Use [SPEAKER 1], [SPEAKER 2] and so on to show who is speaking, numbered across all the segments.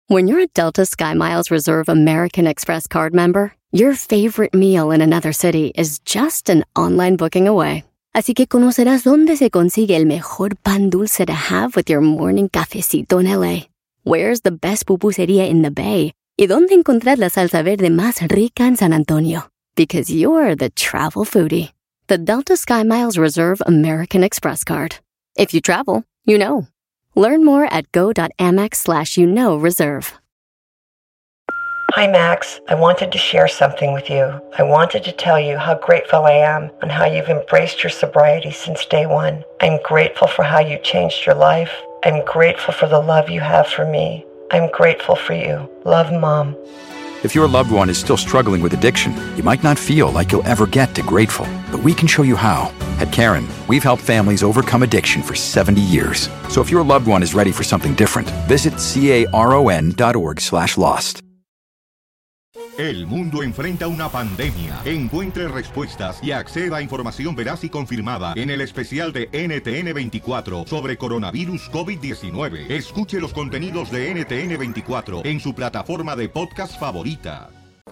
[SPEAKER 1] When you're a Delta SkyMiles Reserve American Express card member, your favorite meal in another city is just an online booking away. Así que conocerás dónde se consigue el mejor pan dulce to have with your morning cafecito en LA. Where's the best pupusería in the Bay? Y dónde encontrar la salsa verde más rica en San Antonio. Because you're the travel foodie. The Delta SkyMiles Reserve American Express card. If you travel, you know. Learn more at go.amex/reserve.
[SPEAKER 2] Hi, Max. I wanted to share something with you. I wanted to tell you how grateful I am and how you've embraced your sobriety since day one. I'm grateful for how you changed your life. I'm grateful for the love you have for me. I'm grateful for you. Love, Mom.
[SPEAKER 3] If your loved one is still struggling with addiction, you might not feel like you'll ever get to grateful, but we can show you how. At Caron, we've helped families overcome addiction for 70 years. So if your loved one is ready for something different, visit caron.org/lost.
[SPEAKER 4] El mundo enfrenta una pandemia. Encuentre respuestas y acceda a información veraz y confirmada en el especial de NTN24 sobre coronavirus COVID-19. Escuche los contenidos de NTN24 en su plataforma de podcast favorita.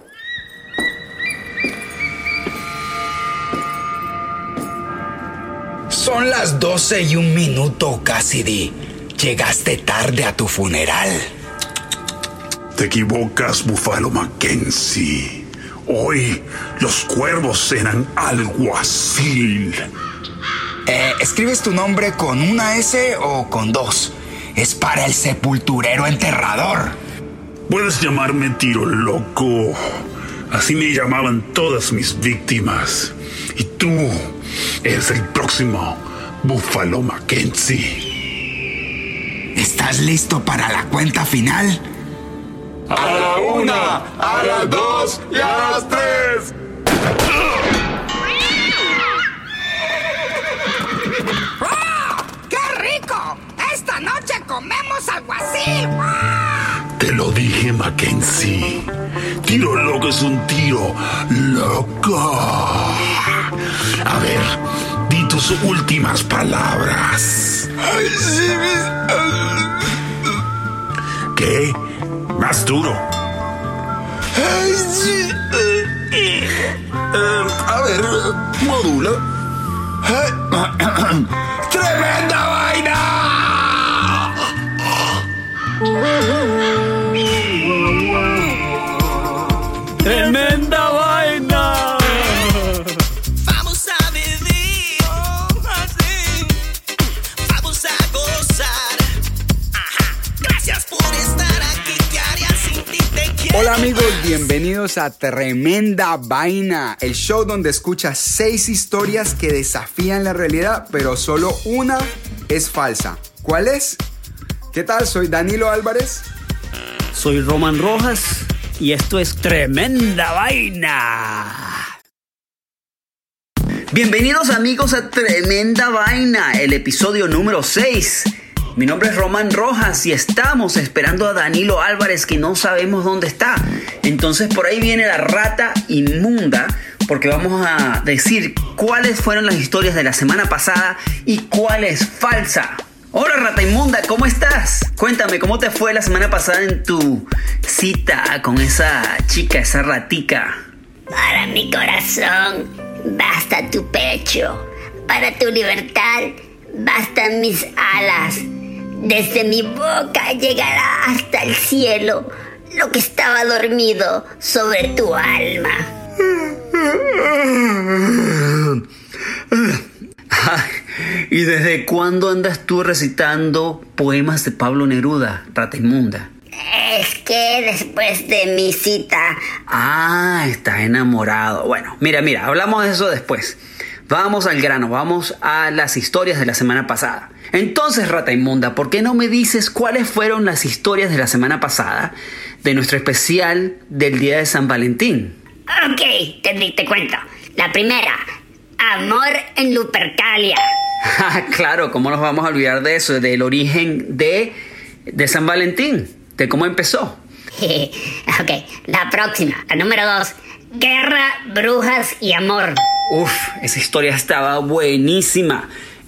[SPEAKER 5] Son las 12:01, Cassidy. Llegaste tarde a tu funeral.
[SPEAKER 6] Te equivocas, Buffalo Mackenzie. Hoy los cuervos eran alguacil.
[SPEAKER 5] ¿Escribes tu nombre con una S o con dos? Es para el sepulturero enterrador.
[SPEAKER 6] Puedes llamarme Tiro Loco. Así me llamaban todas mis víctimas. Y tú eres el próximo Buffalo Mackenzie.
[SPEAKER 5] ¿Estás listo para la cuenta final?
[SPEAKER 7] ¡A la 1, a las 2 y a las 3!
[SPEAKER 8] ¡Oh! ¡Qué rico! ¡Esta noche comemos algo así!
[SPEAKER 6] Te lo dije, Mackenzie. Tiro Loco es un tiro loco. A ver, di tus últimas palabras. ¿Qué? Más duro. A ver, modula.
[SPEAKER 5] ¡Tremenda vaina!
[SPEAKER 9] ¡Tremenda vaina!
[SPEAKER 10] Vamos a vivir así. Vamos a gozar. Ajá. Gracias por estar aquí. ¿Qué haría sin ti? Te quiero.
[SPEAKER 11] Hola amigos, bienvenidos a Tremenda Vaina, el show donde escuchas 6 historias que desafían la realidad, pero solo una es falsa. ¿Cuál es? ¿Qué tal? Soy Danilo Álvarez.
[SPEAKER 9] Soy Roman Rojas y esto es Tremenda Vaina.
[SPEAKER 12] Bienvenidos amigos a Tremenda Vaina, el episodio número 6. Mi nombre es Roman Rojas y estamos esperando a Danilo Álvarez, que no sabemos dónde está. Entonces por ahí viene la rata inmunda, porque vamos a decir cuáles fueron las historias de la semana pasada y cuál es falsa. Hola rata inmunda, ¿cómo estás? Cuéntame, ¿cómo te fue la semana pasada en tu cita con esa chica, esa ratica?
[SPEAKER 13] Para mi corazón, basta tu pecho. Para tu libertad, bastan mis alas. Desde mi boca llegará hasta el cielo lo que estaba dormido sobre tu alma.
[SPEAKER 12] ¿Y desde cuándo andas tú recitando poemas de Pablo Neruda, rata inmunda?
[SPEAKER 13] Es que después de mi cita...
[SPEAKER 12] Ah, estás enamorado. Bueno, mira, hablamos de eso después. Vamos al grano, vamos a las historias de la semana pasada. Entonces, rata inmunda, ¿por qué no me dices cuáles fueron las historias de la semana pasada de nuestro especial del Día de San Valentín?
[SPEAKER 13] Ok, te cuento. La primera, amor en Lupercalia.
[SPEAKER 12] Claro, ¿cómo nos vamos a olvidar de eso? Del origen de San Valentín, de cómo empezó.
[SPEAKER 13] Ok, la próxima, la número 2, guerra, brujas y amor.
[SPEAKER 12] Uf, esa historia estaba buenísima.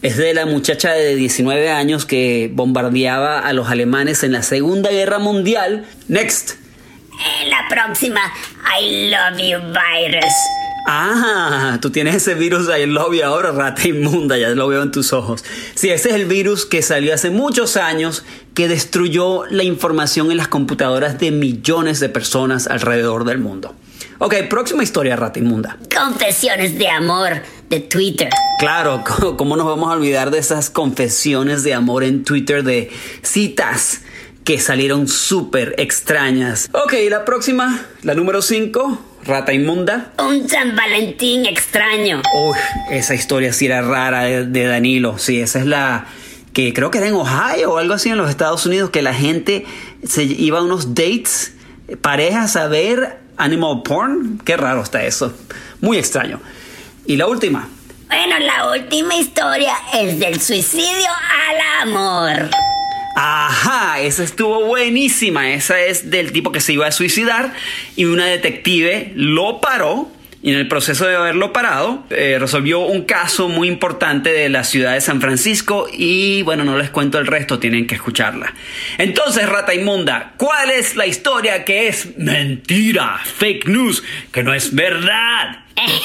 [SPEAKER 12] Es de la muchacha de 19 años que bombardeaba a los alemanes en la Segunda Guerra Mundial. Next.
[SPEAKER 13] La próxima, I love you virus.
[SPEAKER 12] Ah, tú tienes ese virus I love you ahora, rata inmunda, ya lo veo en tus ojos. Sí, ese es el virus que salió hace muchos años, que destruyó la información en las computadoras de millones de personas alrededor del mundo. Ok, próxima historia, rata inmunda.
[SPEAKER 13] Confesiones de amor de Twitter.
[SPEAKER 12] Claro, ¿cómo nos vamos a olvidar de esas confesiones de amor en Twitter de citas que salieron súper extrañas? Ok, la próxima, la número 5, rata inmunda.
[SPEAKER 13] Un San Valentín extraño.
[SPEAKER 12] Uy, esa historia sí era rara de Danilo. Sí, esa es la que creo que era en Ohio o algo así en los Estados Unidos, que la gente se iba a unos dates, parejas a ver animal porn. Qué raro está eso. Muy extraño. Y la última.
[SPEAKER 13] Bueno, la última historia es del suicidio al amor.
[SPEAKER 12] Ajá, esa estuvo buenísima. Esa es del tipo que se iba a suicidar y una detective lo paró. Y en el proceso de haberlo parado, resolvió un caso muy importante de la ciudad de San Francisco. Y bueno, no les cuento el resto, tienen que escucharla. Entonces, rata inmunda, ¿cuál es la historia que es mentira, fake news, que no es verdad?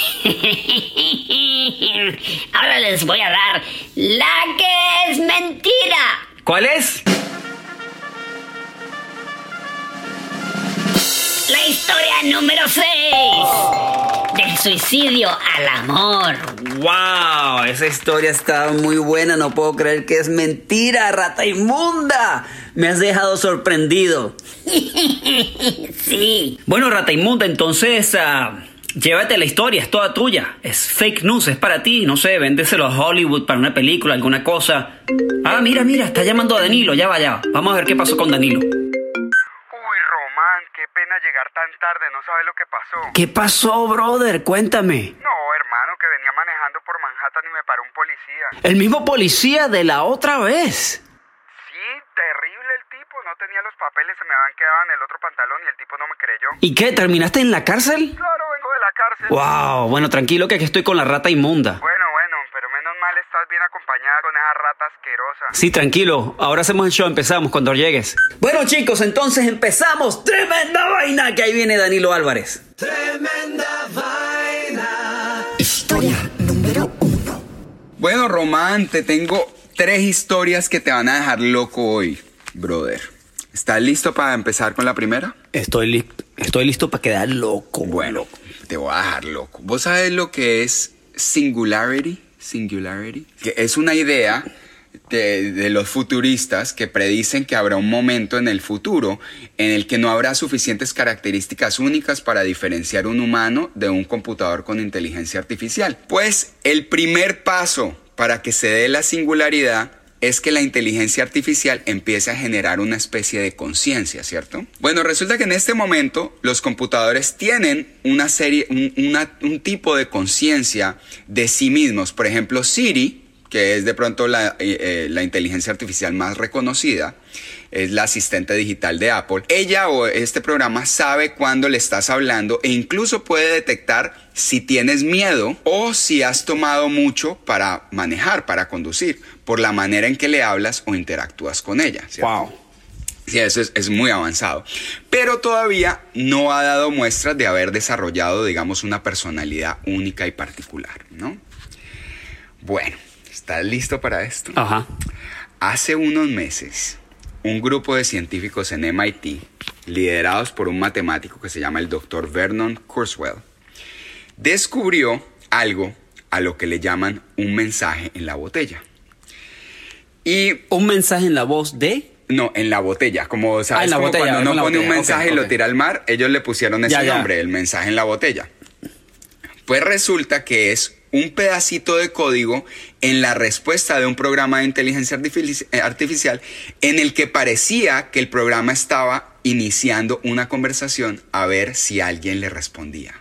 [SPEAKER 13] Ahora les voy a dar la que es mentira.
[SPEAKER 12] ¿Cuál es?
[SPEAKER 13] La historia número 6. Del suicidio al amor.
[SPEAKER 12] ¡Wow! Esa historia está muy buena. No puedo creer que es mentira, rata inmunda. Me has dejado sorprendido.
[SPEAKER 13] Sí.
[SPEAKER 12] Bueno, rata inmunda, entonces llévate la historia, es toda tuya. Es fake news, es para ti. No sé, véndeselo a Hollywood para una película, alguna cosa. Ah, mira, está llamando a Danilo. Ya va. Vamos a ver qué pasó con Danilo.
[SPEAKER 11] Qué pena llegar tan tarde, no sabes lo que pasó.
[SPEAKER 12] ¿Qué pasó, brother? Cuéntame.
[SPEAKER 11] No, hermano, que venía manejando por Manhattan y me paró un policía.
[SPEAKER 12] ¿El mismo policía de la otra vez?
[SPEAKER 11] Sí, terrible el tipo, no tenía los papeles, se me habían quedado en el otro pantalón y el tipo no me creyó.
[SPEAKER 12] ¿Y qué? ¿Terminaste en la cárcel?
[SPEAKER 11] Claro, vengo de la cárcel.
[SPEAKER 12] Wow, bueno, tranquilo que aquí estoy con la rata inmunda.
[SPEAKER 11] Bueno, pero menos mal estás bien acompañada con esa rata asquerosa.
[SPEAKER 12] Sí, tranquilo, ahora hacemos el show, empezamos cuando llegues. Bueno, chicos, entonces empezamos. ¡Tremenda vaina! Que ahí viene Danilo Álvarez.
[SPEAKER 7] Tremenda vaina.
[SPEAKER 11] Historia número 1. Bueno, Román, te tengo 3 historias que te van a dejar loco hoy, brother. ¿Estás listo para empezar con la primera?
[SPEAKER 12] Estoy listo para quedar loco.
[SPEAKER 11] Bueno, te voy a dejar loco. ¿Vos sabés lo que es singularity? Que es una idea de los futuristas que predicen que habrá un momento en el futuro en el que no habrá suficientes características únicas para diferenciar un humano de un computador con inteligencia artificial. Pues el primer paso para que se dé la singularidad es que la inteligencia artificial empiece a generar una especie de conciencia, ¿cierto? Bueno, resulta que en este momento los computadores tienen un tipo de conciencia de sí mismos. Por ejemplo, Siri, que es de pronto la inteligencia artificial más reconocida, es la asistente digital de Apple. Ella o este programa sabe cuándo le estás hablando e incluso puede detectar si tienes miedo o si has tomado mucho para manejar, para conducir, por la manera en que le hablas o interactúas con ella, ¿cierto?
[SPEAKER 12] Wow.
[SPEAKER 11] Sí, eso es muy avanzado. Pero todavía no ha dado muestras de haber desarrollado, digamos, una personalidad única y particular, ¿no? Bueno, ¿estás listo para esto?
[SPEAKER 12] Ajá.
[SPEAKER 11] Hace unos meses, un grupo de científicos en MIT, liderados por un matemático que se llama el Dr. Vernon Kurzweil, descubrió algo a lo que le llaman un mensaje en la botella.
[SPEAKER 12] ¿Y un mensaje en la voz de?
[SPEAKER 11] No, en la botella. Como, ¿sabes? En la botella, cuando uno pone un mensaje y lo tira al mar, ellos le pusieron ese nombre, el mensaje en la botella. Pues resulta que es un pedacito de código en la respuesta de un programa de inteligencia artificial en el que parecía que el programa estaba iniciando una conversación a ver si alguien le respondía.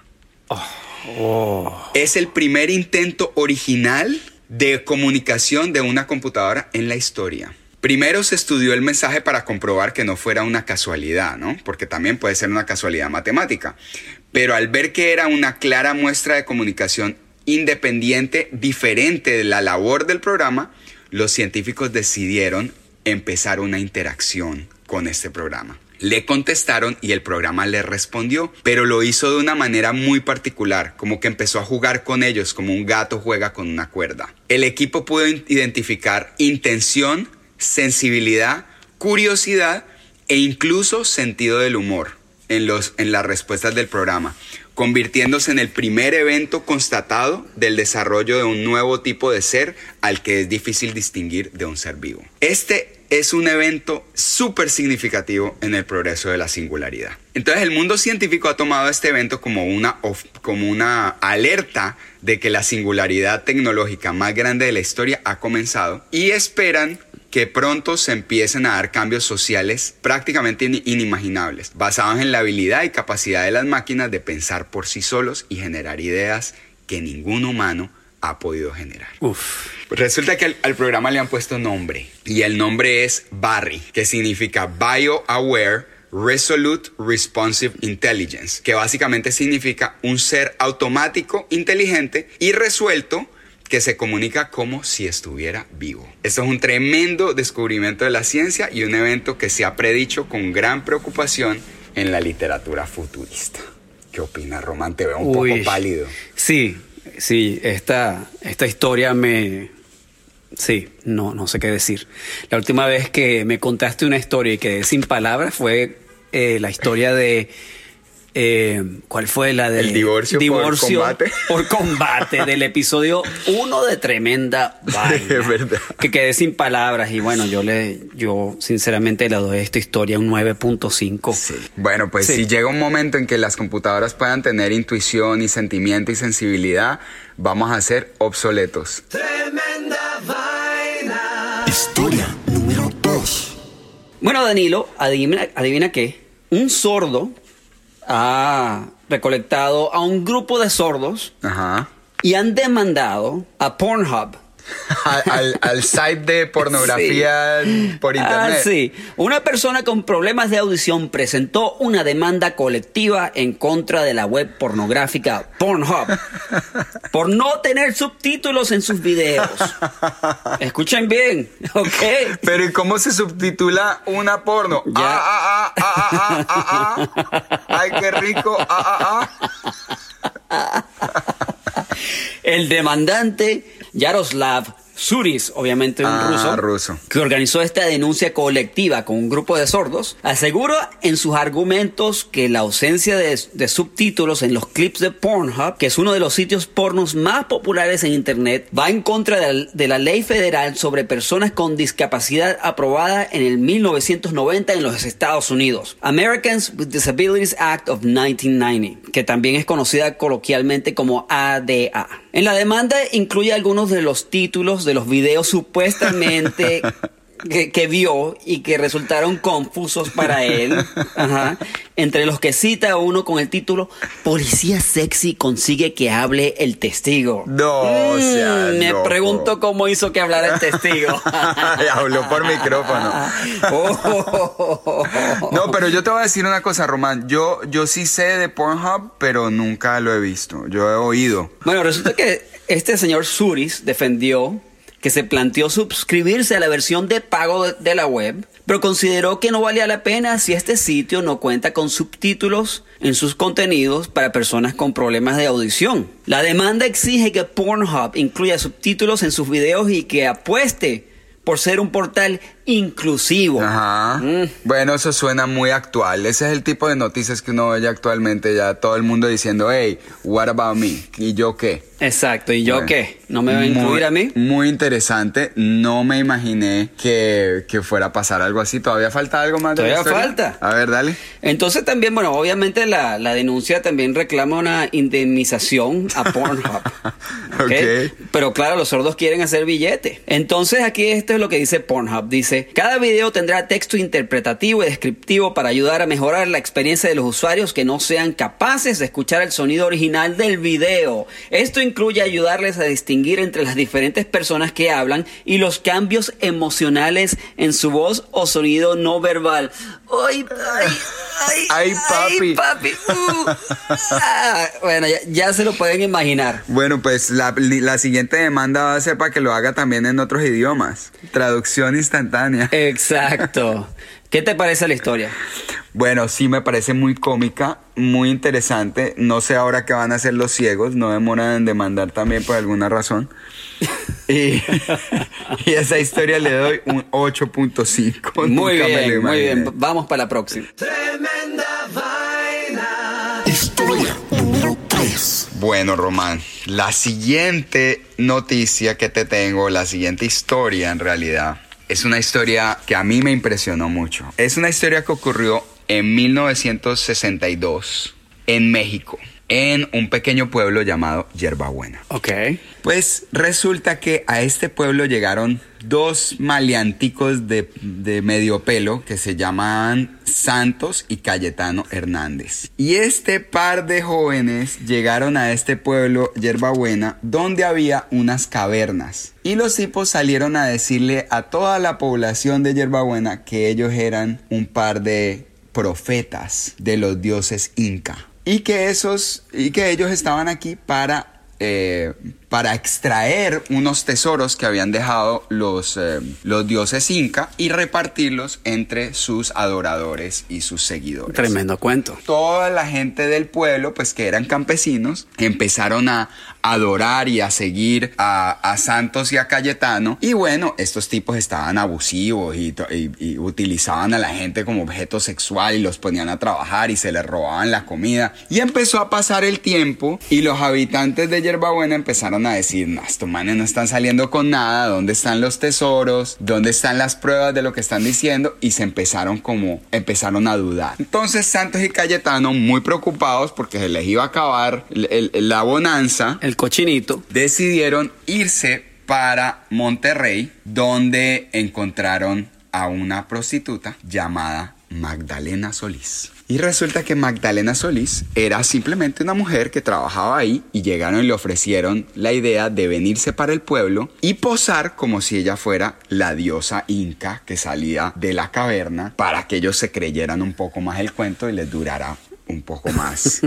[SPEAKER 11] Es el primer intento original de comunicación de una computadora en la historia. Primero se estudió el mensaje para comprobar que no fuera una casualidad, ¿no? Porque también puede ser una casualidad matemática. Pero al ver que era una clara muestra de comunicación independiente diferente de la labor del programa, los científicos decidieron empezar una interacción con este programa. Le contestaron y el programa le respondió, pero lo hizo de una manera muy particular, como que empezó a jugar con ellos, como un gato juega con una cuerda. El equipo pudo identificar intención, sensibilidad, curiosidad e incluso sentido del humor en las respuestas del programa, convirtiéndose en el primer evento constatado del desarrollo de un nuevo tipo de ser al que es difícil distinguir de un ser vivo. Este es un evento súper significativo en el progreso de la singularidad. Entonces el mundo científico ha tomado este evento como una alerta de que la singularidad tecnológica más grande de la historia ha comenzado y esperan que pronto se empiecen a dar cambios sociales prácticamente inimaginables, basados en la habilidad y capacidad de las máquinas de pensar por sí solos y generar ideas que ningún humano ha podido generar. Resulta que al programa le han puesto nombre y el nombre es Barry, que significa Bio-Aware Resolute Responsive Intelligence, que básicamente significa un ser automático, inteligente y resuelto que se comunica como si estuviera vivo. Esto es un tremendo descubrimiento de la ciencia y un evento que se ha predicho con gran preocupación en la literatura futurista. ¿Qué opinas, Román? Te veo un poco pálido.
[SPEAKER 9] Sí, esta historia no sé qué decir. La última vez que me contaste una historia y quedé sin palabras fue la historia de... ¿cuál fue la del
[SPEAKER 11] divorcio
[SPEAKER 9] por combate del episodio 1 de Tremenda Vaina?
[SPEAKER 11] Es verdad.
[SPEAKER 9] Que quedé sin palabras y bueno, yo sinceramente le doy a esta historia un 9.5.
[SPEAKER 11] Sí. Bueno, pues si llega un momento en que las computadoras puedan tener intuición y sentimiento y sensibilidad, vamos a ser obsoletos.
[SPEAKER 10] Tremenda Vaina.
[SPEAKER 7] Historia número 2.
[SPEAKER 9] Bueno, Danilo, adivina qué. Un sordo ha recolectado a un grupo de sordos.
[SPEAKER 11] Ajá.
[SPEAKER 9] Y han demandado a Pornhub.
[SPEAKER 11] al site de pornografía por internet.
[SPEAKER 9] Sí. Una persona con problemas de audición presentó una demanda colectiva en contra de la web pornográfica Pornhub por no tener subtítulos en sus videos. Escuchen bien, ¿ok?
[SPEAKER 11] Pero ¿y cómo se subtitula una porno? Ay, qué rico.
[SPEAKER 9] El demandante Yaroslav Suris, obviamente un ruso, que organizó esta denuncia colectiva con un grupo de sordos, asegura en sus argumentos que la ausencia de subtítulos en los clips de Pornhub, que es uno de los sitios pornos más populares en internet, va en contra de la ley federal sobre personas con discapacidad aprobada en el 1990 en los Estados Unidos, Americans with Disabilities Act of 1990, que también es conocida coloquialmente como ADA. En la demanda incluye algunos de los títulos de los videos supuestamente que vio y que resultaron confusos para él. Ajá. Entre los que cita uno con el título "Policía sexy consigue que hable el testigo". Me pregunto cómo hizo que hablara el testigo.
[SPEAKER 11] Habló por micrófono. No, pero yo te voy a decir una cosa, Román. Yo sí sé de Pornhub, pero nunca lo he visto. Yo he oído.
[SPEAKER 9] Bueno, resulta que este señor Suris defendió que se planteó suscribirse a la versión de pago de la web, pero consideró que no valía la pena si este sitio no cuenta con subtítulos en sus contenidos para personas con problemas de audición. La demanda exige que Pornhub incluya subtítulos en sus videos y que apueste por ser un portal inclusivo.
[SPEAKER 11] Ajá. Bueno, eso suena muy actual. Ese es el tipo de noticias que uno oye actualmente, ya todo el mundo diciendo, hey, what about me? ¿Y yo qué?
[SPEAKER 9] Exacto, ¿y yo qué? ¿No me va a incluir a mí?
[SPEAKER 11] Muy interesante. No me imaginé que fuera a pasar algo así. ¿Todavía falta algo más de la historia?
[SPEAKER 9] Todavía falta.
[SPEAKER 11] A ver, dale.
[SPEAKER 9] Entonces también, bueno, obviamente la denuncia también reclama una indemnización a Pornhub. ¿Okay? Pero claro, los sordos quieren hacer billete. Entonces aquí esto es es lo que dice Pornhub. Dice, cada video tendrá texto interpretativo y descriptivo para ayudar a mejorar la experiencia de los usuarios que no sean capaces de escuchar el sonido original del video. Esto incluye ayudarles a distinguir entre las diferentes personas que hablan y los cambios emocionales en su voz o sonido no verbal. ¡Ay,
[SPEAKER 11] papi!
[SPEAKER 9] ¡Ay, papi! Bueno, ya se lo pueden imaginar.
[SPEAKER 11] Bueno, pues la siguiente demanda va a ser para que lo haga también en otros idiomas. Traducción instantánea.
[SPEAKER 9] Exacto. ¿Qué te parece la historia?
[SPEAKER 11] Bueno, sí me parece muy cómica, muy interesante. No sé ahora qué van a hacer los ciegos. No demoran en demandar también por alguna razón. Y esa historia le doy un 8.5.
[SPEAKER 9] Muy bien. Vamos para la próxima.
[SPEAKER 7] Tremenda vaina. Historia número 3.
[SPEAKER 11] Bueno, Román, la siguiente noticia que te tengo, la siguiente historia en realidad, es una historia que a mí me impresionó mucho. Es una historia que ocurrió en 1962 en México, en un pequeño pueblo llamado Yerbabuena.
[SPEAKER 9] Ok.
[SPEAKER 11] Pues resulta que a este pueblo llegaron dos maleanticos de medio pelo que se llamaban Santos y Cayetano Hernández. Y este par de jóvenes llegaron a este pueblo Yerbabuena donde había unas cavernas. Y los tipos salieron a decirle a toda la población de Yerbabuena que ellos eran un par de profetas de los dioses inca. Y que ellos estaban aquí para extraer unos tesoros que habían dejado los dioses inca y repartirlos entre sus adoradores y sus seguidores.
[SPEAKER 9] Tremendo cuento.
[SPEAKER 11] Toda la gente del pueblo, pues que eran campesinos, empezaron a adorar y a seguir a Santos y a Cayetano. Y bueno, estos tipos estaban abusivos y utilizaban a la gente como objeto sexual y los ponían a trabajar y se les robaban la comida. Y empezó a pasar el tiempo y los habitantes de Yerbabuena empezaron a decir, no, estos manes no están saliendo con nada, ¿dónde están los tesoros? ¿Dónde están las pruebas de lo que están diciendo? Y se empezaron a dudar. Entonces Santos y Cayetano, muy preocupados porque se les iba a acabar la bonanza,
[SPEAKER 9] el cochinito,
[SPEAKER 11] decidieron irse para Monterrey, donde encontraron a una prostituta llamada Magdalena Solís. Y resulta que Magdalena Solís era simplemente una mujer que trabajaba ahí y llegaron y le ofrecieron la idea de venirse para el pueblo y posar como si ella fuera la diosa inca que salía de la caverna para que ellos se creyeran un poco más el cuento y les durara un poco más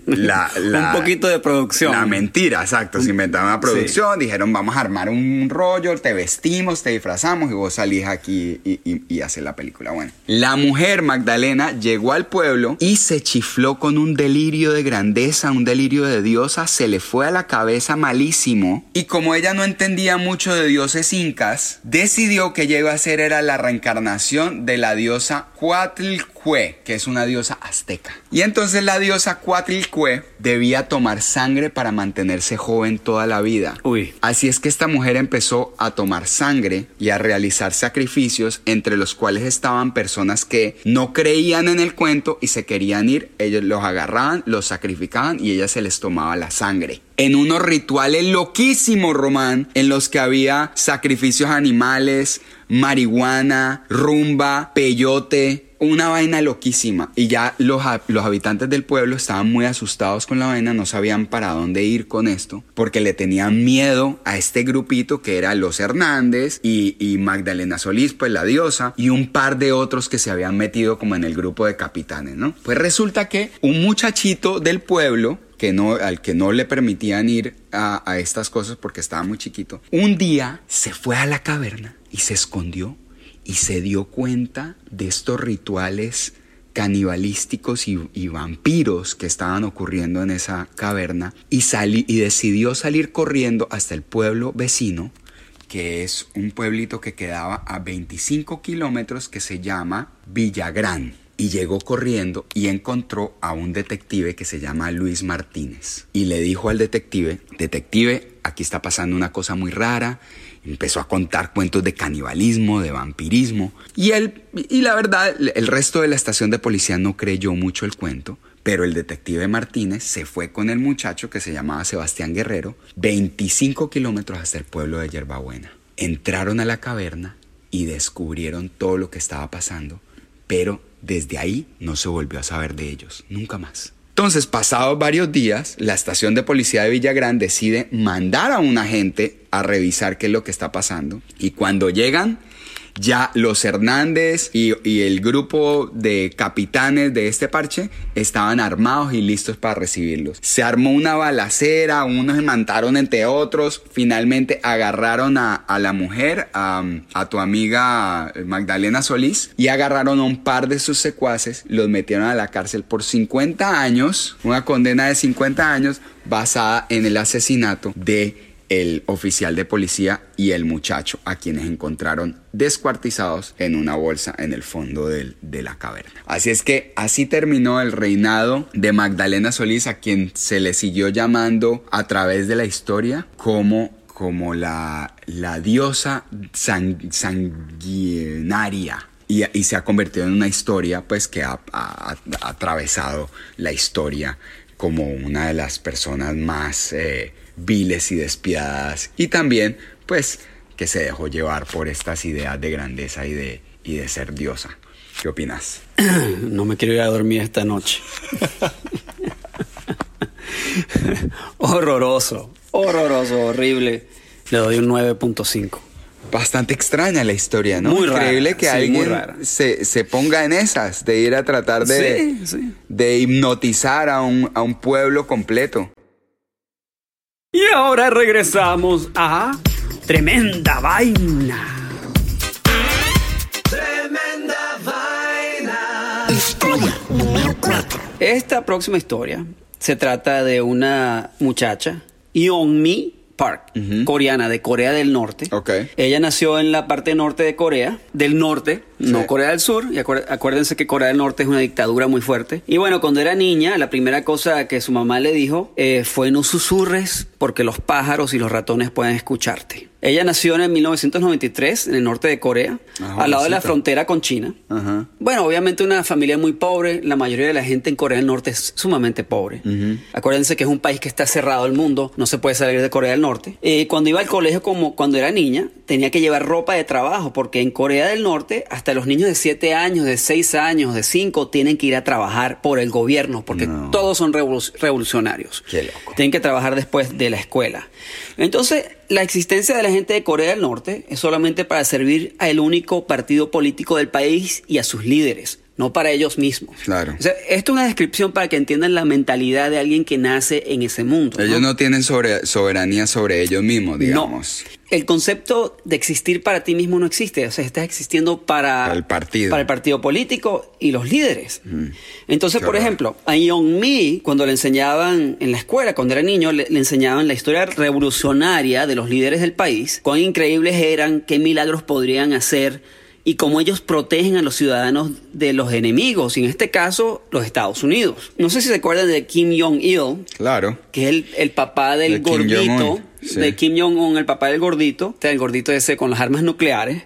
[SPEAKER 9] un poquito de producción.
[SPEAKER 11] La mentira, exacto. Se inventaron una producción, sí. Dijeron, vamos a armar un rollo, te vestimos, te disfrazamos y vos salís aquí y haces la película. Bueno, la mujer Magdalena llegó al pueblo y se chifló con un delirio de grandeza, un delirio de diosa, se le fue a la cabeza malísimo. Y como ella no entendía mucho de dioses incas, decidió que ella iba a ser la reencarnación de la diosa Coatlicue, que es una diosa azteca. Y entonces la diosa Coatlicue debía tomar sangre para mantenerse joven toda la vida.
[SPEAKER 9] Uy.
[SPEAKER 11] Así es que esta mujer empezó a tomar sangre y a realizar sacrificios, entre los cuales estaban personas que no creían en el cuento y se querían ir. Ellos los agarraban, los sacrificaban y ella se les tomaba la sangre. En unos rituales loquísimos, Román, en los que había sacrificios animales, marihuana, rumba, peyote, una vaina loquísima. Y ya los habitantes del pueblo estaban muy asustados con la vaina, no sabían para dónde ir con esto, porque le tenían miedo a este grupito que era los Hernández y Magdalena Solís, pues la diosa, y un par de otros que se habían metido como en el grupo de capitanes, ¿no? Pues resulta que un muchachito del pueblo, al que no le permitían ir a estas cosas porque estaba muy chiquito, un día se fue a la caverna y se escondió y se dio cuenta de estos rituales canibalísticos y vampiros que estaban ocurriendo en esa caverna y decidió salir corriendo hasta el pueblo vecino, que es un pueblito que quedaba a 25 kilómetros que se llama Villagrán. Y llegó corriendo y encontró a un detective que se llama Luis Martínez. Y le dijo al detective, aquí está pasando una cosa muy rara. Empezó a contar cuentos de canibalismo, de vampirismo. Y la verdad, el resto de la estación de policía no creyó mucho el cuento. Pero el detective Martínez se fue con el muchacho que se llamaba Sebastián Guerrero, 25 kilómetros hasta el pueblo de Yerbabuena. Entraron a la caverna y descubrieron todo lo que estaba pasando, pero desde ahí no se volvió a saber de ellos, nunca más. Entonces, pasados varios días, la estación de policía de Villagrán decide mandar a un agente a revisar qué es lo que está pasando, y cuando llegan, ya los Hernández y el grupo de capitanes de este parche estaban armados y listos para recibirlos. Se armó una balacera, unos se mataron entre otros. Finalmente agarraron a la mujer, a tu amiga Magdalena Solís, y agarraron a un par de sus secuaces, los metieron a la cárcel por 50 años, una condena de 50 años basada en el asesinato de el oficial de policía y el muchacho, a quienes encontraron descuartizados en una bolsa en el fondo de la caverna. Así es que así terminó el reinado de Magdalena Solís, a quien se le siguió llamando a través de la historia como la diosa sanguinaria. Y se ha convertido en una historia pues que ha atravesado la historia como una de las personas más viles y despiadadas, y también pues que se dejó llevar por estas ideas de grandeza y de ser diosa. ¿Qué opinas?
[SPEAKER 9] No me quiero ir a dormir esta noche. Horroroso, horrible. Le doy un 9.5.
[SPEAKER 11] Bastante extraña la historia, ¿no?
[SPEAKER 9] Muy
[SPEAKER 11] increíble
[SPEAKER 9] rara,
[SPEAKER 11] que
[SPEAKER 9] sí,
[SPEAKER 11] alguien se ponga en esas, de ir a tratar de hipnotizar a un pueblo completo.
[SPEAKER 9] Y ahora regresamos a Tremenda Vaina.
[SPEAKER 10] Tremenda Vaina.
[SPEAKER 13] Historia número 4.
[SPEAKER 9] Esta próxima historia se trata de una muchacha, Yeon-mi Park, coreana, de Corea del Norte.
[SPEAKER 11] Okay.
[SPEAKER 9] Ella nació en la parte norte de Corea, del norte, no Corea del Sur. Y acuérdense que Corea del Norte es una dictadura muy fuerte. Y bueno, cuando era niña, la primera cosa que su mamá le dijo fue: no susurres porque los pájaros y los ratones pueden escucharte. Ella nació en 1993 en el norte de Corea, al lado de la frontera con China. Bueno, obviamente una familia muy pobre. La mayoría de la gente en Corea del Norte es sumamente pobre. Acuérdense que es un país que está cerrado al mundo, no se puede salir de Corea del Norte. Cuando iba al colegio, como cuando era niña, tenía que llevar ropa de trabajo, porque en Corea del Norte hasta los niños de 7 años, de 6 años, de 5 tienen que ir a trabajar por el gobierno, porque todos son revolucionarios.
[SPEAKER 11] Qué loco.
[SPEAKER 9] Tienen que trabajar después de la escuela. Entonces, la existencia de la gente de Corea del Norte es solamente para servir al único partido político del país y a sus líderes, no para ellos mismos.
[SPEAKER 11] Claro.
[SPEAKER 9] O sea, esto es una descripción para que entiendan la mentalidad de alguien que nace en ese mundo.
[SPEAKER 11] Ellos no tienen soberanía sobre ellos mismos, digamos.
[SPEAKER 9] No. El concepto de existir para ti mismo no existe. O sea, estás existiendo para el partido político y los líderes. Entonces, por ejemplo, a Yeon-mi, cuando le enseñaban en la escuela, cuando era niño, le enseñaban la historia revolucionaria de los líderes del país, cuán increíbles eran, qué milagros podrían hacer y cómo ellos protegen a los ciudadanos de los enemigos, y en este caso, los Estados Unidos. No sé si se acuerdan de Kim Jong-il.
[SPEAKER 11] Claro.
[SPEAKER 9] Que es el papá del gordito. De Kim Jong-un, el papá del gordito, el gordito ese con las armas nucleares.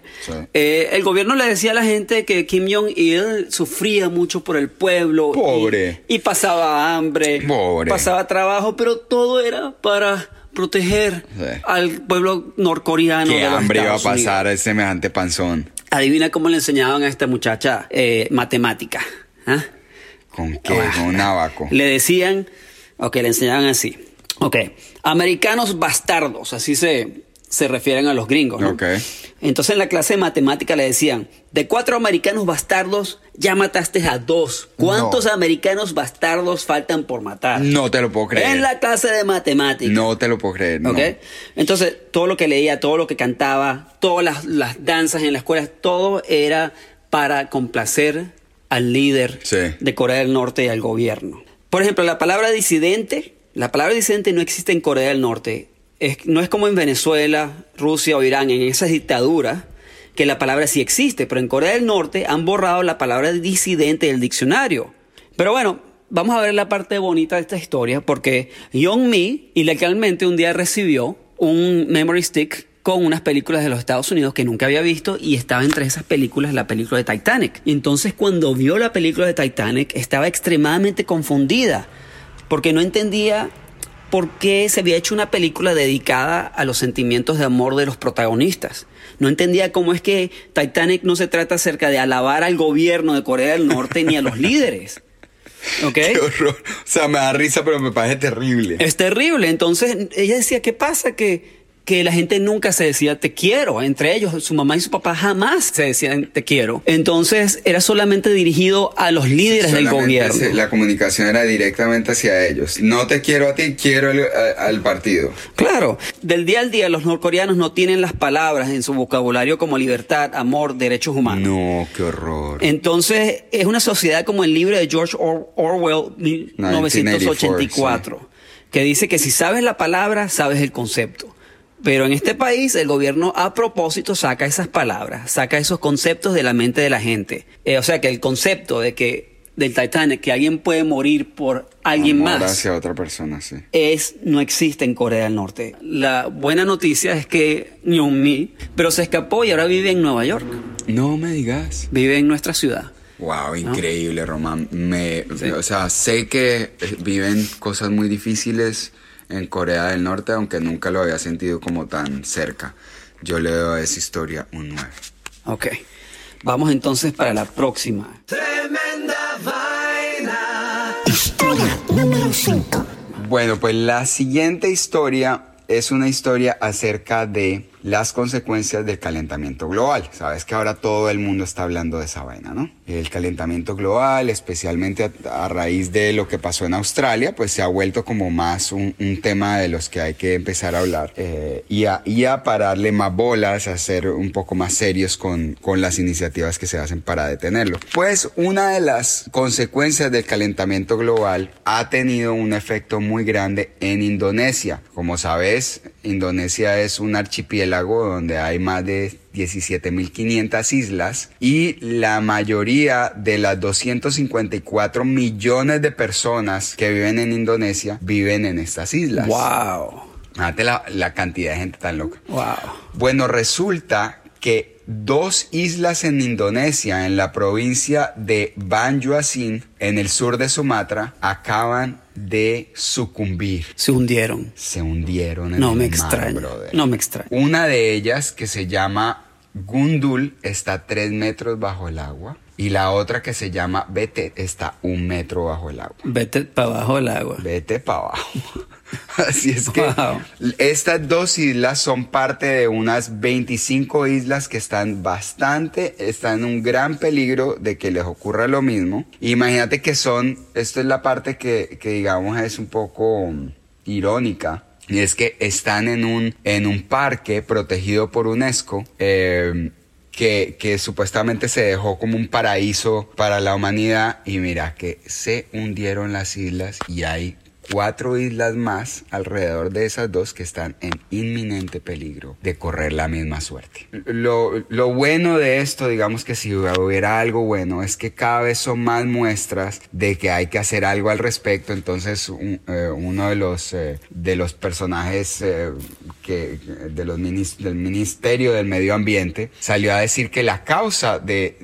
[SPEAKER 9] El gobierno le decía a la gente que Kim Jong-il sufría mucho por el pueblo.
[SPEAKER 11] Pobre.
[SPEAKER 9] Y pasaba hambre.
[SPEAKER 11] Pobre.
[SPEAKER 9] Pasaba trabajo, pero todo era para proteger al pueblo norcoreano.
[SPEAKER 11] ¿Qué
[SPEAKER 9] de los
[SPEAKER 11] hambre iba a
[SPEAKER 9] Estados
[SPEAKER 11] pasar
[SPEAKER 9] Unidos.
[SPEAKER 11] a semejante panzón?
[SPEAKER 9] Adivina cómo le enseñaban a esta muchacha matemática. ¿Ah?
[SPEAKER 11] ¿Con qué? Con un abaco.
[SPEAKER 9] Le decían, le enseñaban así. Americanos bastardos, así se refieren a los gringos, ¿no? Entonces en la clase de matemática le decían: de 4 americanos bastardos, ya mataste a 2. ¿Cuántos americanos bastardos faltan por matar?
[SPEAKER 11] No te lo puedo creer.
[SPEAKER 9] En la clase de matemática.
[SPEAKER 11] No te lo puedo creer, no.
[SPEAKER 9] Entonces, todo lo que leía, todo lo que cantaba, todas las danzas en la escuela, todo era para complacer al líder de Corea del Norte y al gobierno. Por ejemplo, la palabra disidente no existe en Corea del Norte. No es como en Venezuela, Rusia o Irán, en esas dictaduras, que la palabra sí existe. Pero en Corea del Norte han borrado la palabra disidente del diccionario. Pero bueno, vamos a ver la parte bonita de esta historia, porque Yeon-mi ilegalmente un día recibió un memory stick con unas películas de los Estados Unidos que nunca había visto, y estaba entre esas películas la película de Titanic. Y entonces, cuando vio la película de Titanic, estaba extremadamente confundida, porque no entendía por qué se había hecho una película dedicada a los sentimientos de amor de los protagonistas. No entendía cómo es que Titanic no se trata acerca de alabar al gobierno de Corea del Norte ni a los líderes. ¿Ok?
[SPEAKER 11] Qué horror. O sea, me da risa, pero me parece terrible.
[SPEAKER 9] Es terrible. Entonces, ella decía, ¿qué pasa? Que la gente nunca se decía te quiero. Entre ellos, su mamá y su papá jamás se decían te quiero. Entonces, era solamente dirigido a los líderes del gobierno.
[SPEAKER 11] La comunicación era directamente hacia ellos. No te quiero a ti, quiero al partido.
[SPEAKER 9] Claro. Del día al día, los norcoreanos no tienen las palabras en su vocabulario como libertad, amor, derechos humanos.
[SPEAKER 11] No, qué horror.
[SPEAKER 9] Entonces, es una sociedad como el libro de George Orwell, 1984, sí, que dice que si sabes la palabra, sabes el concepto. Pero en este país el gobierno a propósito saca esas palabras, saca esos conceptos de la mente de la gente. O sea que el concepto de que del Titanic, que alguien puede morir por alguien más,
[SPEAKER 11] hacia otra persona, sí,
[SPEAKER 9] no existe en Corea del Norte. La buena noticia es que Yoon-mi, pero se escapó y ahora vive en Nueva York.
[SPEAKER 11] No me digas.
[SPEAKER 9] Vive en nuestra ciudad.
[SPEAKER 11] Wow, increíble, ¿no? Román. Sí. O sea, sé que viven cosas muy difíciles en Corea del Norte, aunque nunca lo había sentido como tan cerca. Yo le doy a esa historia un 9.
[SPEAKER 9] Ok. Vamos entonces para la próxima.
[SPEAKER 10] Tremenda vaina.
[SPEAKER 11] Historia número 5. Bueno, pues la siguiente historia es una historia acerca de las consecuencias del calentamiento global. Sabes que ahora todo el mundo está hablando de esa vaina, ¿no? El calentamiento global, especialmente a raíz de lo que pasó en Australia, pues se ha vuelto como más un tema de los que hay que empezar a hablar y a pararle más bolas, a ser un poco más serios con las iniciativas que se hacen para detenerlo. Pues una de las consecuencias del calentamiento global ha tenido un efecto muy grande en Indonesia. Como sabes, Indonesia es un archipiélago donde hay más de 17.500 islas y la mayoría de las 254 millones de personas que viven en Indonesia viven en estas islas.
[SPEAKER 9] ¡Wow!
[SPEAKER 11] Fíjate la cantidad de gente tan loca.
[SPEAKER 9] ¡Wow!
[SPEAKER 11] Bueno, resulta que 2 islas en Indonesia, en la provincia de Banjarmasin, en el sur de Sumatra, acaban de sucumbir.
[SPEAKER 9] Se hundieron.
[SPEAKER 11] Se hundieron en
[SPEAKER 9] no
[SPEAKER 11] el
[SPEAKER 9] me
[SPEAKER 11] mar,
[SPEAKER 9] extraña.
[SPEAKER 11] brother.
[SPEAKER 9] No me extraña.
[SPEAKER 11] Una de ellas, que se llama Gundul, está a 3 metros bajo el agua. Y la otra, que se llama Vete, está 1 metro bajo el agua.
[SPEAKER 9] Vete para abajo del agua.
[SPEAKER 11] Vete para abajo. Así es que estas 2 islas son parte de unas 25 islas que están en un gran peligro de que les ocurra lo mismo. Imagínate que esto es la parte que digamos es un poco irónica. Y es que están en un parque protegido por UNESCO, que supuestamente se dejó como un paraíso para la humanidad. Y mira que se hundieron las islas y hay 4 islas más alrededor de esas 2 que están en inminente peligro de correr la misma suerte. Lo bueno de esto, digamos que si hubiera algo bueno, es que cada vez son más muestras de que hay que hacer algo al respecto. Entonces uno de los personajes del Ministerio del Medio Ambiente salió a decir que la causa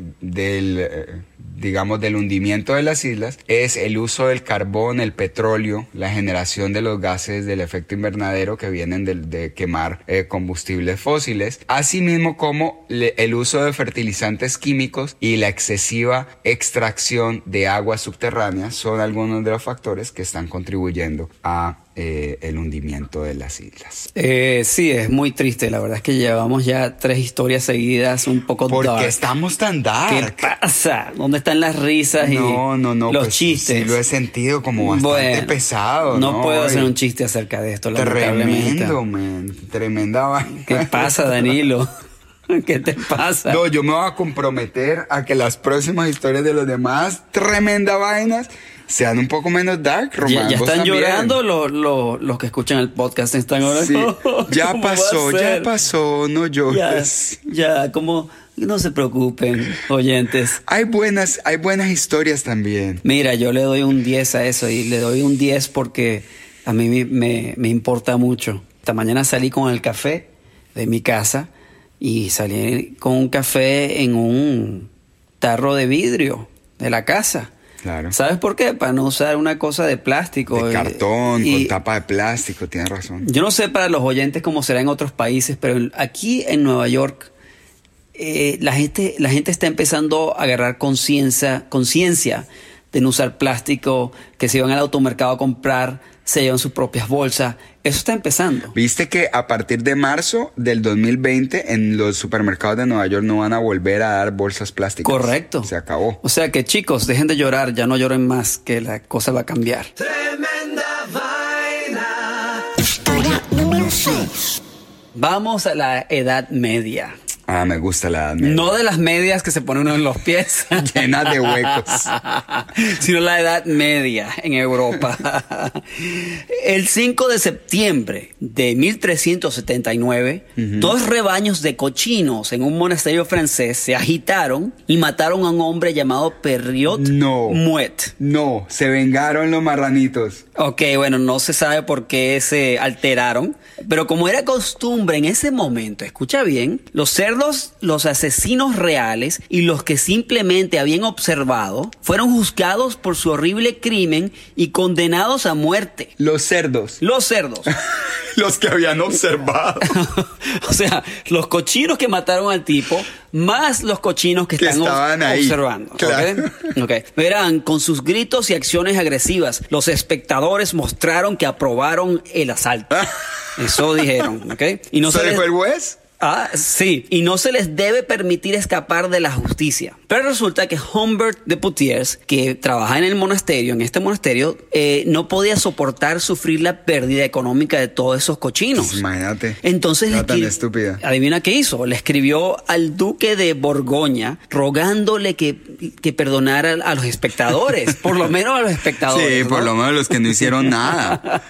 [SPEAKER 11] del hundimiento de las islas es el uso del carbón, el petróleo, la generación de los gases del efecto invernadero que vienen de quemar combustibles fósiles, así mismo como el uso de fertilizantes químicos y la excesiva extracción de aguas subterráneas son algunos de los factores que están contribuyendo a el hundimiento de las islas.
[SPEAKER 9] Sí, es muy triste. La verdad es que llevamos ya 3 historias seguidas un poco dark.
[SPEAKER 11] ¿Por qué estamos tan dark?
[SPEAKER 9] ¿Qué pasa? ¿Dónde están las risas y los
[SPEAKER 11] pues,
[SPEAKER 9] chistes?
[SPEAKER 11] Sí, lo he sentido como bastante pesado.
[SPEAKER 9] No puedo hacer un chiste acerca de esto, lamentablemente.
[SPEAKER 11] Tremendo, man. Tremenda vaina.
[SPEAKER 9] ¿Qué pasa, Danilo? ¿Qué te pasa?
[SPEAKER 11] No, yo me voy a comprometer a que las próximas historias de los demás tremenda vainas sean un poco menos dark, Román.
[SPEAKER 9] Ya están llorando los que escuchan el podcast. Están ahora.
[SPEAKER 11] Sí. Ya pasó, no llores.
[SPEAKER 9] Ya, como no se preocupen, oyentes.
[SPEAKER 11] Hay buenas historias también.
[SPEAKER 9] Mira, yo le doy un 10 a eso y le doy un 10 porque a mí me importa mucho. Esta mañana salí con el café de mi casa y salí con un café en un tarro de vidrio de la casa.
[SPEAKER 11] Claro.
[SPEAKER 9] ¿Sabes por qué? Para no usar una cosa de plástico.
[SPEAKER 11] De cartón, con tapa de plástico, tienes razón.
[SPEAKER 9] Yo no sé para los oyentes cómo será en otros países, pero aquí en Nueva York la gente está empezando a agarrar conciencia de no usar plástico, que si van al automercado a comprar, se llevan sus propias bolsas. Eso está empezando.
[SPEAKER 11] ¿Viste que a partir de marzo del 2020 en los supermercados de Nueva York no van a volver a dar bolsas plásticas?
[SPEAKER 9] Correcto.
[SPEAKER 11] Se acabó.
[SPEAKER 9] O sea que, chicos, dejen de llorar, ya no lloren más, que la cosa va a cambiar.
[SPEAKER 10] Tremenda vaina.
[SPEAKER 13] Historia número 6.
[SPEAKER 9] Vamos a la Edad Media.
[SPEAKER 11] Ah, me gusta la Edad Media.
[SPEAKER 9] No de las medias que se pone uno en los pies.
[SPEAKER 11] Llenas de huecos.
[SPEAKER 9] Sino la Edad Media en Europa. El 5 de septiembre de 1379, dos rebaños de cochinos en un monasterio francés se agitaron y mataron a un hombre llamado Perriot Mouet.
[SPEAKER 11] No, se vengaron los marranitos.
[SPEAKER 9] Ok, bueno, no se sabe por qué se alteraron, pero como era costumbre en ese momento, escucha bien, los cerdos, los asesinos reales y los que simplemente habían observado fueron juzgados por su horrible crimen y condenados a muerte.
[SPEAKER 11] Los cerdos.
[SPEAKER 9] Los cerdos.
[SPEAKER 11] Los que habían observado.
[SPEAKER 9] O sea, los cochinos que mataron al tipo, más los cochinos que estaban ahí observando.
[SPEAKER 11] Claro.
[SPEAKER 9] Okay. Verán, con sus gritos y acciones agresivas, los espectadores mostraron que aprobaron el asalto. Eso dijeron, ¿ok? Y no
[SPEAKER 11] ¿Se dijo el juez?
[SPEAKER 9] Ah, sí, y no se les debe permitir escapar de la justicia. Pero resulta que Humbert de Poitiers, que trabaja en este monasterio, no podía soportar sufrir la pérdida económica de todos esos cochinos.
[SPEAKER 11] Pues imagínate.
[SPEAKER 9] Entonces,
[SPEAKER 11] tan estúpida.
[SPEAKER 9] Adivina qué hizo. Le escribió al duque de Borgoña rogándole que perdonara a los espectadores. Por lo menos a los espectadores.
[SPEAKER 11] Sí,
[SPEAKER 9] ¿no?
[SPEAKER 11] por lo menos los que no hicieron nada.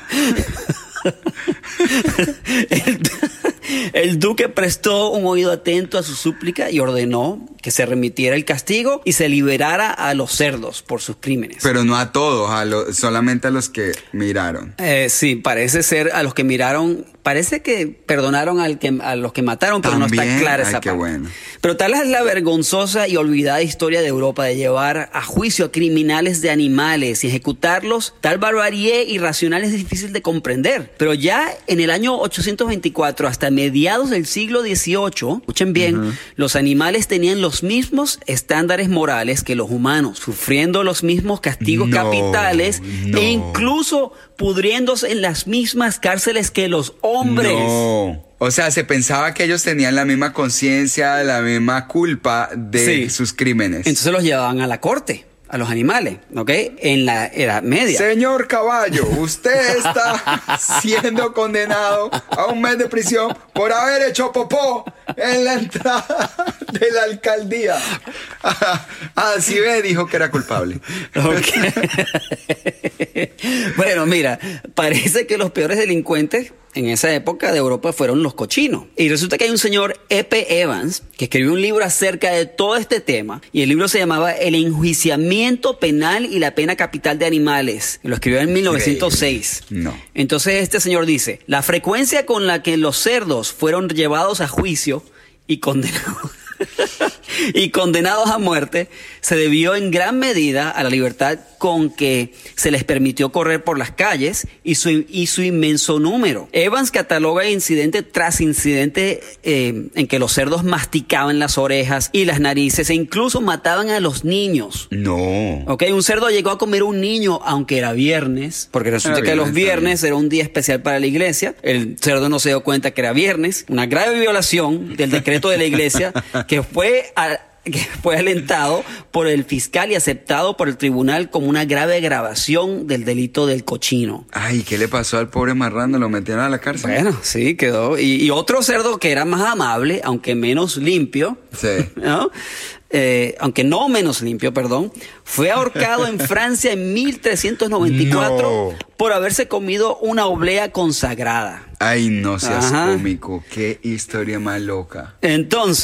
[SPEAKER 9] El duque prestó un oído atento a su súplica y ordenó que se remitiera el castigo y se liberara a los cerdos por sus crímenes.
[SPEAKER 11] Pero no a todos, solamente a los que miraron.
[SPEAKER 9] Sí, parece ser a los que miraron. Parece que perdonaron a los que mataron, pero ¿también? No está clara esa parte.
[SPEAKER 11] Bueno.
[SPEAKER 9] Pero tal es la vergonzosa y olvidada historia de Europa de llevar a juicio a criminales de animales y ejecutarlos. Tal barbarie irracional es difícil de comprender. Pero ya en el año 824, hasta mediados del siglo XVIII, escuchen bien, los animales tenían los mismos estándares morales que los humanos, sufriendo los mismos castigos capitales e incluso pudriéndose en las mismas cárceles que los hombres.
[SPEAKER 11] No. O sea, se pensaba que ellos tenían la misma conciencia, la misma culpa de sus crímenes.
[SPEAKER 9] Entonces los llevaban a la corte, a los animales, ¿ok? En la Edad Media.
[SPEAKER 11] Señor Caballo, usted está siendo condenado a 1 mes de prisión por haber hecho popó en la entrada de la alcaldía. Así ve, dijo que era culpable.
[SPEAKER 9] Okay. Bueno, mira, parece que los peores delincuentes en esa época de Europa fueron los cochinos. Y resulta que hay un señor, E.P. Evans, que escribió un libro acerca de todo este tema. Y el libro se llamaba El enjuiciamiento penal y la pena capital de animales. Lo escribió en 1906.
[SPEAKER 11] No.
[SPEAKER 9] Entonces este señor dice, la frecuencia con la que los cerdos fueron llevados a juicio y condenados a muerte se debió en gran medida a la libertad con que se les permitió correr por las calles y su inmenso número. Evans cataloga incidente tras incidente en que los cerdos masticaban las orejas y las narices e incluso mataban a los niños.
[SPEAKER 11] No.
[SPEAKER 9] Okay, un cerdo llegó a comer un niño aunque era viernes, porque resulta que los viernes era un día especial para la iglesia. El cerdo no se dio cuenta que era viernes. Una grave violación del decreto de la iglesia que fue alentado por el fiscal y aceptado por el tribunal como una grave agravación del delito del cochino.
[SPEAKER 11] Ay, ¿qué le pasó al pobre marrano? ¿Lo metieron a la cárcel?
[SPEAKER 9] Bueno, sí, quedó. Y otro cerdo que era más amable, aunque menos limpio, ¿no? Aunque no menos limpio, perdón, fue ahorcado en Francia en 1394 por haberse comido una oblea consagrada.
[SPEAKER 11] Ay, no seas cómico. Qué historia más loca.
[SPEAKER 9] Entonces,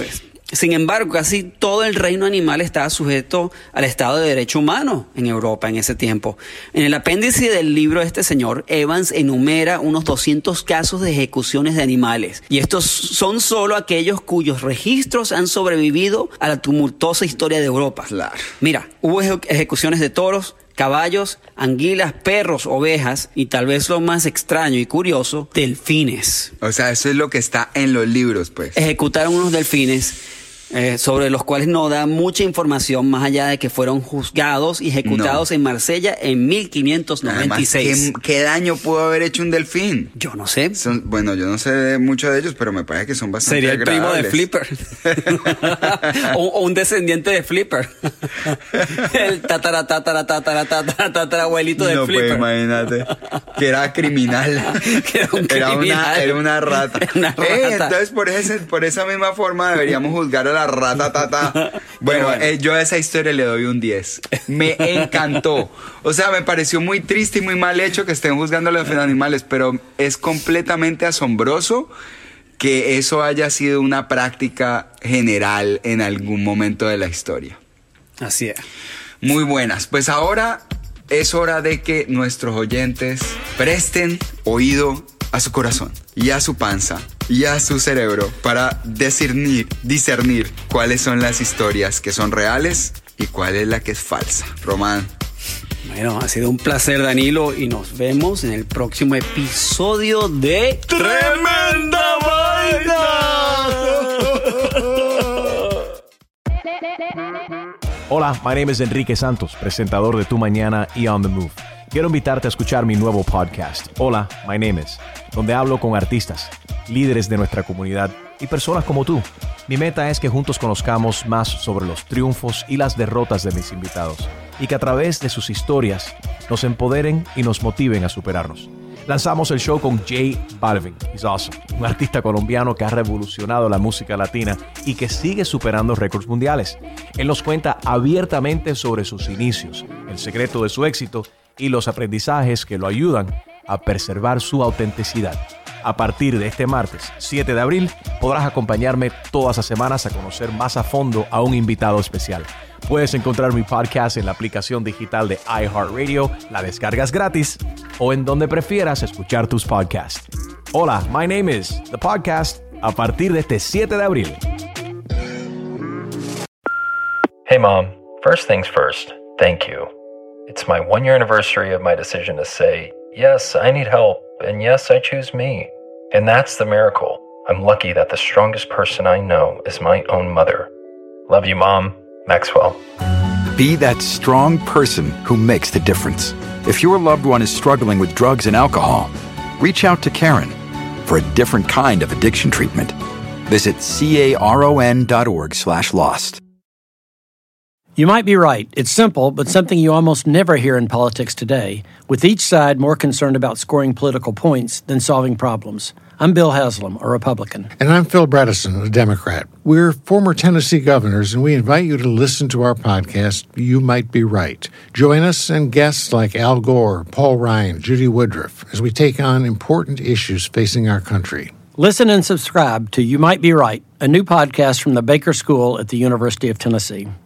[SPEAKER 9] Sin embargo, casi todo el reino animal estaba sujeto al Estado de Derecho Humano en Europa en ese tiempo. En el apéndice del libro de este señor, Evans enumera unos 200 casos de ejecuciones de animales. Y estos son solo aquellos cuyos registros han sobrevivido a la tumultuosa historia de Europa.
[SPEAKER 11] Claro.
[SPEAKER 9] Mira, hubo ejecuciones de toros, caballos, anguilas, perros, ovejas y tal vez lo más extraño y curioso, delfines.
[SPEAKER 11] O sea, eso es lo que está en los libros, pues.
[SPEAKER 9] Ejecutaron unos delfines sobre los cuales no da mucha información más allá de que fueron juzgados y ejecutados en Marsella en 1596.
[SPEAKER 11] Además, ¿qué daño pudo haber hecho un delfín?
[SPEAKER 9] Yo no sé.
[SPEAKER 11] Bueno, yo no sé mucho de ellos, pero me parece que son bastante
[SPEAKER 9] Sería el
[SPEAKER 11] agradables.
[SPEAKER 9] primo de Flipper. o un descendiente de Flipper. El tatarabuelito de Flipper.
[SPEAKER 11] No, pues imagínate. Que era criminal.
[SPEAKER 9] Que era un criminal.
[SPEAKER 11] Era una rata.
[SPEAKER 9] Una rata.
[SPEAKER 11] Entonces, por esa misma forma deberíamos juzgar a la rata tata. Bueno, yo a esa historia le doy un 10. Me encantó. O sea, me pareció muy triste y muy mal hecho que estén juzgando a los animales, pero es completamente asombroso que eso haya sido una práctica general en algún momento de la historia.
[SPEAKER 9] Así es.
[SPEAKER 11] Muy buenas. Pues ahora es hora de que nuestros oyentes presten oído a su corazón y a su panza y a su cerebro para discernir cuáles son las historias que son reales y cuál es la que es falsa. Román.
[SPEAKER 9] Bueno, ha sido un placer, Danilo, y nos vemos en el próximo episodio de
[SPEAKER 7] ¡Tremenda Vaina!
[SPEAKER 14] Hola, my name is Enrique Santos, presentador de Tu Mañana y On The Move. Quiero invitarte a escuchar mi nuevo podcast, Hola, my name is, donde hablo con artistas, líderes de nuestra comunidad y personas como tú. Mi meta es que juntos conozcamos más sobre los triunfos y las derrotas de mis invitados y que a través de sus historias nos empoderen y nos motiven a superarnos. Lanzamos el show con J Balvin, he's awesome, un artista colombiano que ha revolucionado la música latina y que sigue superando récords mundiales. Él nos cuenta abiertamente sobre sus inicios, el secreto de su éxito y los aprendizajes que lo ayudan a preservar su autenticidad. A partir de este martes, 7 de abril, podrás acompañarme todas las semanas a conocer más a fondo a un invitado especial. Puedes encontrar mi podcast en la aplicación digital de iHeartRadio, la descargas gratis, o en donde prefieras escuchar tus podcasts. Hola, my name is The Podcast, a partir de este 7 de abril.
[SPEAKER 15] Hey Mom, first things first, thank you. It's my 1-year anniversary of my decision to say, yes, I need help, and yes, I choose me. And that's the miracle. I'm lucky that the strongest person I know is my own mother. Love you, Mom. Maxwell.
[SPEAKER 3] Be that strong person who makes the difference. If your loved one is struggling with drugs and alcohol, reach out to Karen for a different kind of addiction treatment. Visit caron.org/lost.
[SPEAKER 16] You might be right. It's simple, but something you almost never hear in politics today, with each side more concerned about scoring political points than solving problems. I'm Bill Haslam, a Republican.
[SPEAKER 17] And I'm Phil Bredesen, a Democrat. We're former Tennessee governors, and we invite you to listen to our podcast, You Might Be Right. Join us and guests like Al Gore, Paul Ryan, Judy Woodruff, as we take on important issues facing our country.
[SPEAKER 16] Listen and subscribe to You Might Be Right, a new podcast from the Baker School at the University of Tennessee.